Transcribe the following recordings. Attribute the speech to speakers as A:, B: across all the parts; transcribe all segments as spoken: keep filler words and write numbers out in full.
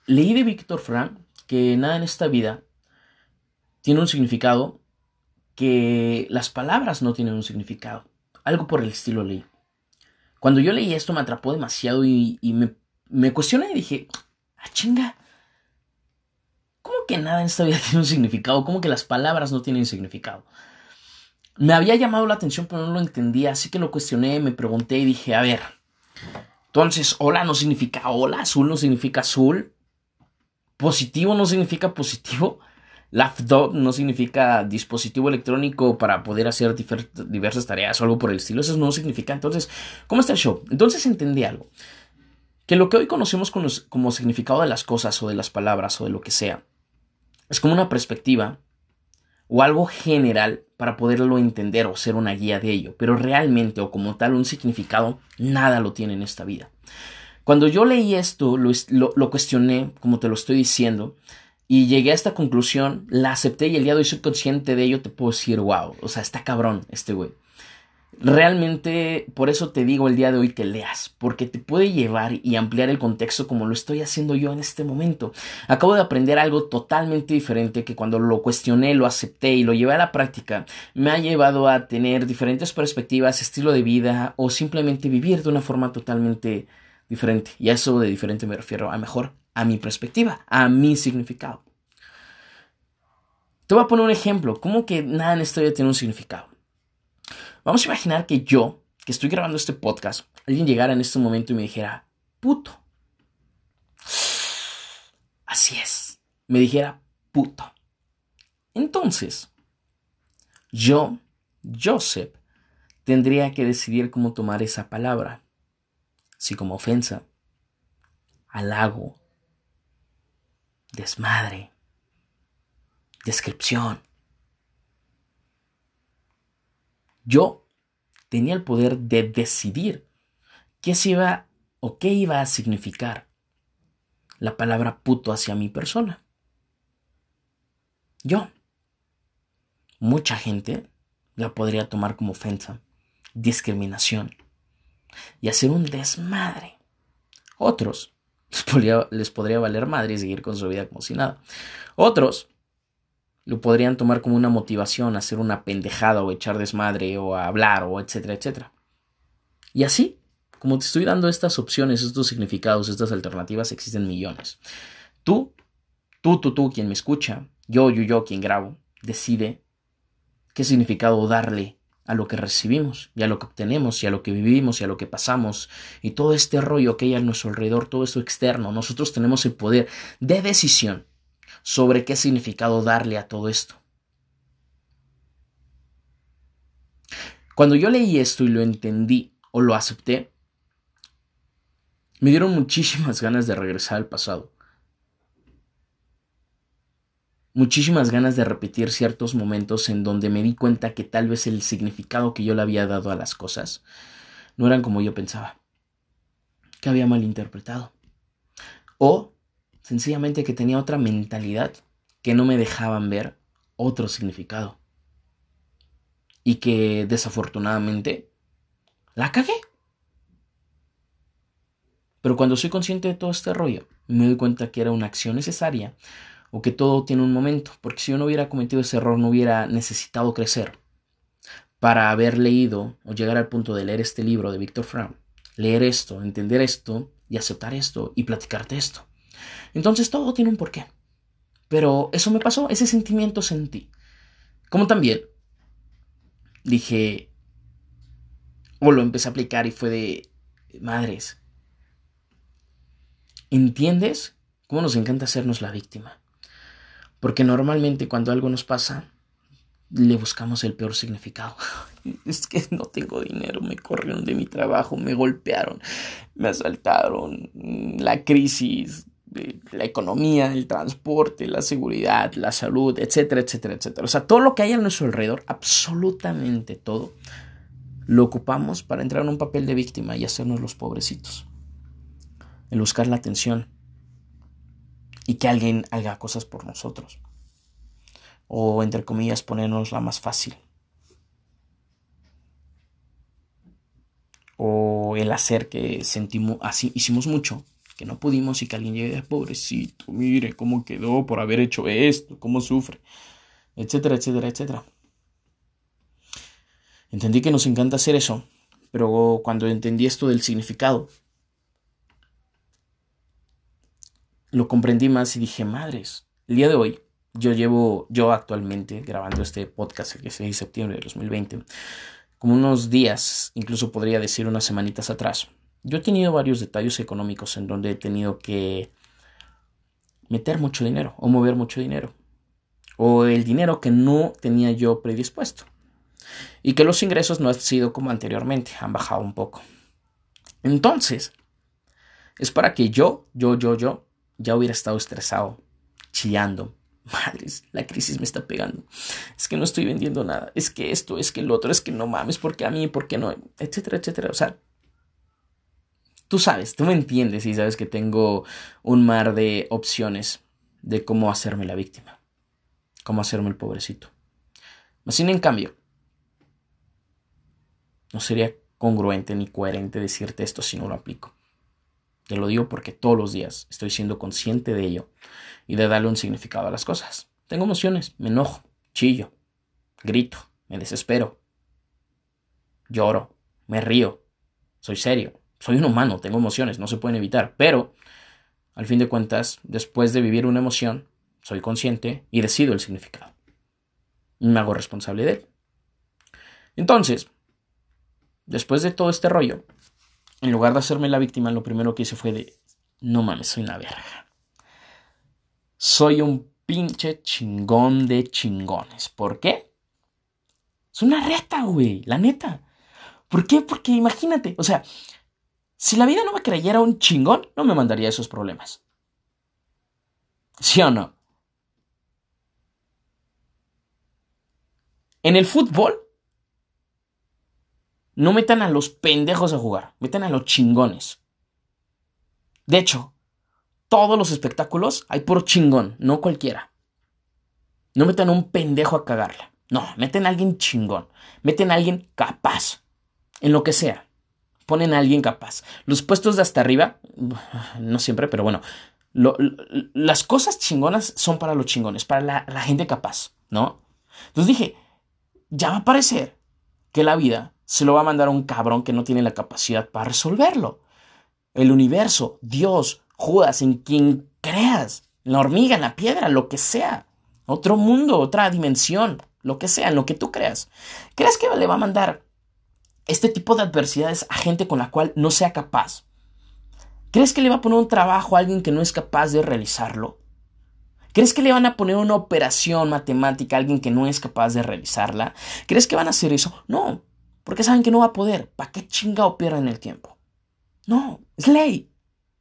A: Leí de Víctor Frank que nada en esta vida tiene un significado, que las palabras no tienen un significado. Algo por el estilo leí. Cuando yo leí esto me atrapó demasiado y, y me, me cuestioné y dije, ah, chinga, ¿cómo que nada en esta vida tiene un significado? ¿Cómo que las palabras no tienen significado? Me había llamado la atención pero no lo entendía, así que lo cuestioné, me pregunté y dije, a ver, entonces hola no significa hola, azul no significa azul, positivo no significa positivo, laptop no significa dispositivo electrónico para poder hacer diversas tareas o algo por el estilo. Eso no significa. Entonces, ¿cómo está el show? Entonces entendí algo. Que lo que hoy conocemos como, como significado de las cosas o de las palabras o de lo que sea es como una perspectiva o algo general para poderlo entender o ser una guía de ello. Pero realmente o como tal un significado, nada lo tiene en esta vida. Cuando yo leí esto, lo, lo, lo cuestioné, como te lo estoy diciendo, y llegué a esta conclusión, la acepté y el día de hoy soy consciente de ello, te puedo decir, wow, o sea, está cabrón este güey. Realmente, por eso te digo el día de hoy que leas, porque te puede llevar y ampliar el contexto como lo estoy haciendo yo en este momento. Acabo de aprender algo totalmente diferente que cuando lo cuestioné, lo acepté y lo llevé a la práctica, me ha llevado a tener diferentes perspectivas, estilo de vida o simplemente vivir de una forma totalmente diferente. Y a eso de diferente me refiero a mejor a mi perspectiva, a mi significado. Te voy a poner un ejemplo, ¿cómo que nada en esta vida tiene un significado? Vamos a imaginar que yo, que estoy grabando este podcast, alguien llegara en este momento y me dijera, puto. Así es, me dijera, puto. Entonces, yo, Joseph, tendría que decidir cómo tomar esa palabra. Si como ofensa, halago, desmadre, descripción. Yo tenía el poder de decidir qué se iba o qué iba a significar la palabra puto hacia mi persona. Yo. Mucha gente la podría tomar como ofensa, discriminación y hacer un desmadre. Otros les podría, les podría valer madre y seguir con su vida como si nada. Otros lo podrían tomar como una motivación a hacer una pendejada o echar desmadre o a hablar o etcétera, etcétera. Y así, como te estoy dando estas opciones, estos significados, estas alternativas, existen millones. Tú, tú, tú, tú, quien me escucha, yo, yo, yo, quien grabo, decide qué significado darle a lo que recibimos y a lo que obtenemos y a lo que vivimos y a lo que pasamos y todo este rollo que hay a nuestro alrededor, todo esto externo. Nosotros tenemos el poder de decisión sobre qué significado darle a todo esto. Cuando yo leí esto y lo entendí o lo acepté, me dieron muchísimas ganas de regresar al pasado. Muchísimas ganas de repetir ciertos momentos en donde me di cuenta que tal vez el significado que yo le había dado a las cosas no eran como yo pensaba, que había malinterpretado, o sencillamente que tenía otra mentalidad que no me dejaban ver otro significado y que desafortunadamente la cagué. Pero cuando soy consciente de todo este rollo, me doy cuenta que era una acción necesaria o que todo tiene un momento, porque si yo no hubiera cometido ese error no hubiera necesitado crecer para haber leído o llegar al punto de leer este libro de Víctor Frank, leer esto, entender esto y aceptar esto y platicarte esto. Entonces todo tiene un porqué. Pero eso me pasó, ese sentimiento sentí. Como también dije, o lo empecé a aplicar y fue de madres. ¿Entiendes cómo nos encanta hacernos la víctima? Porque normalmente cuando algo nos pasa, le buscamos el peor significado. Es que no tengo dinero, me corrieron de mi trabajo, me golpearon, me asaltaron, la crisis, la economía, el transporte, la seguridad, la salud, etcétera, etcétera, etcétera. O sea, todo lo que hay a nuestro alrededor, absolutamente todo, lo ocupamos para entrar en un papel de víctima y hacernos los pobrecitos. El buscar la atención y que alguien haga cosas por nosotros. O, entre comillas, ponernos la más fácil. O el hacer que sentimos, así hicimos mucho, que no pudimos y que alguien llegue de pobrecito, mire cómo quedó por haber hecho esto, cómo sufre, etcétera, etcétera, etcétera. Entendí que nos encanta hacer eso, pero cuando entendí esto del significado, lo comprendí más y dije, madres, el día de hoy, yo llevo, yo actualmente grabando este podcast el seis de septiembre de dos mil veinte, como unos días, incluso podría decir unas semanitas atrás, yo he tenido varios detalles económicos en donde he tenido que meter mucho dinero o mover mucho dinero, o el dinero que no tenía yo predispuesto, y que los ingresos no han sido como anteriormente, han bajado un poco. Entonces, es para que yo, yo, yo, yo, ya hubiera estado estresado, chillando. Madres, la crisis me está pegando. Es que no estoy vendiendo nada. Es que esto, es que el otro, es que no mames, ¿por qué a mí? ¿Por qué no? Etcétera, etcétera. O sea, tú sabes, tú me entiendes y sabes que tengo un mar de opciones de cómo hacerme la víctima, cómo hacerme el pobrecito. Así, en cambio, no sería congruente ni coherente decirte esto si no lo aplico. Te lo digo porque todos los días estoy siendo consciente de ello y de darle un significado a las cosas. Tengo emociones, me enojo, chillo, grito, me desespero, lloro, me río, soy serio, soy un humano, tengo emociones, no se pueden evitar, pero al fin de cuentas, después de vivir una emoción, soy consciente y decido el significado. Y me hago responsable de él. Entonces, después de todo este rollo, en lugar de hacerme la víctima, lo primero que hice fue de, no mames, soy una verga. Soy un pinche chingón de chingones. ¿Por qué? Es una reta, güey, la neta. ¿Por qué? Porque imagínate, o sea, si la vida no me creyera un chingón, no me mandaría esos problemas. ¿Sí o no? En el fútbol, no metan a los pendejos a jugar, metan a los chingones. De hecho, todos los espectáculos hay puro chingón, no cualquiera. No metan a un pendejo a cagarla. No, meten a alguien chingón. Meten a alguien capaz. En lo que sea. Ponen a alguien capaz. Los puestos de hasta arriba, no siempre, pero bueno, lo, lo, las cosas chingonas son para los chingones, para la, la gente capaz, ¿no? Entonces dije, ya va a parecer que la vida se lo va a mandar a un cabrón que no tiene la capacidad para resolverlo. El universo, Dios, Judas, en quien creas, en la hormiga, en la piedra, lo que sea. Otro mundo, otra dimensión, lo que sea, en lo que tú creas. ¿Crees que le va a mandar este tipo de adversidades a gente con la cual no sea capaz? ¿Crees que le va a poner un trabajo a alguien que no es capaz de realizarlo? ¿Crees que le van a poner una operación matemática a alguien que no es capaz de realizarla? ¿Crees que van a hacer eso? No, porque saben que no va a poder. ¿Para qué chingado pierden el tiempo? No, es ley.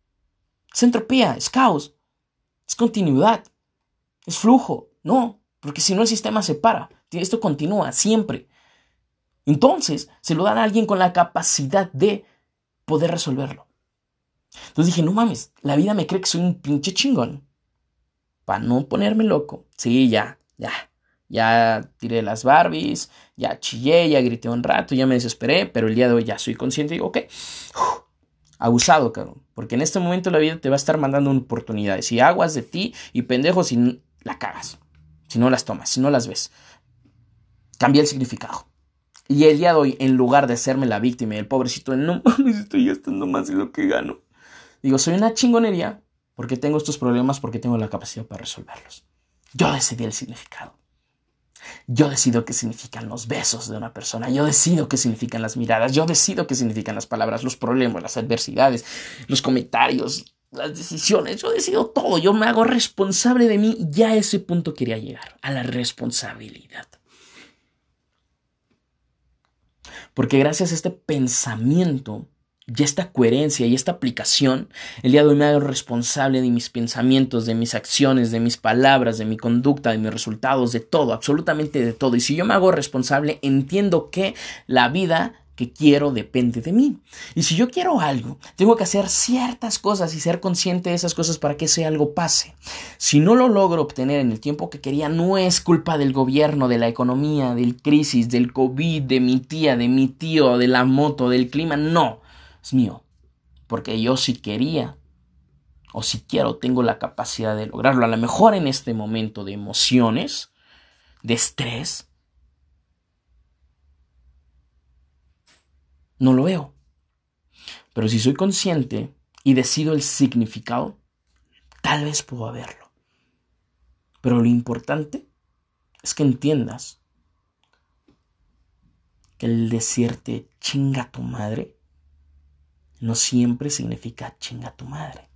A: Es entropía, es caos, es continuidad, es flujo. No, porque si no el sistema se para. Esto continúa siempre. Entonces se lo dan a alguien con la capacidad de poder resolverlo. Entonces dije, no mames, la vida me cree que soy un pinche chingón. Para no ponerme loco. Sí, ya, ya. Ya tiré las Barbies, ya chillé, ya grité un rato, ya me desesperé, pero el día de hoy ya soy consciente y digo, ok, uf, abusado, cabrón. Porque en este momento la vida te va a estar mandando oportunidades y aguas de ti y pendejos si la cagas, si no las tomas, si no las ves. Cambia el significado. Y el día de hoy, en lugar de hacerme la víctima y el pobrecito, no mames, estoy gastando más de lo que gano. Digo, soy una chingonería porque tengo estos problemas, porque tengo la capacidad para resolverlos. Yo decidí el significado. Yo decido qué significan los besos de una persona. Yo decido qué significan las miradas. Yo decido qué significan las palabras, los problemas, las adversidades, los comentarios, las decisiones. Yo decido todo. Yo me hago responsable de mí. Y ya a ese punto quería llegar, a la responsabilidad. Porque gracias a este pensamiento y esta coherencia y esta aplicación, el día de hoy me hago responsable de mis pensamientos, de mis acciones, de mis palabras, de mi conducta, de mis resultados, de todo, absolutamente de todo. Y si yo me hago responsable, entiendo que la vida que quiero depende de mí. Y si yo quiero algo, tengo que hacer ciertas cosas y ser consciente de esas cosas para que ese algo pase. Si no lo logro obtener en el tiempo que quería, no es culpa del gobierno, de la economía, del crisis, del COVID, de mi tía, de mi tío, de la moto, del clima, no. Es mío, porque yo sí quería o si quiero, tengo la capacidad de lograrlo. A lo mejor en este momento de emociones, de estrés, no lo veo. Pero si soy consciente y decido el significado, tal vez puedo verlo. Pero lo importante es que entiendas que el decirte chinga tu madre no siempre significa chinga tu madre.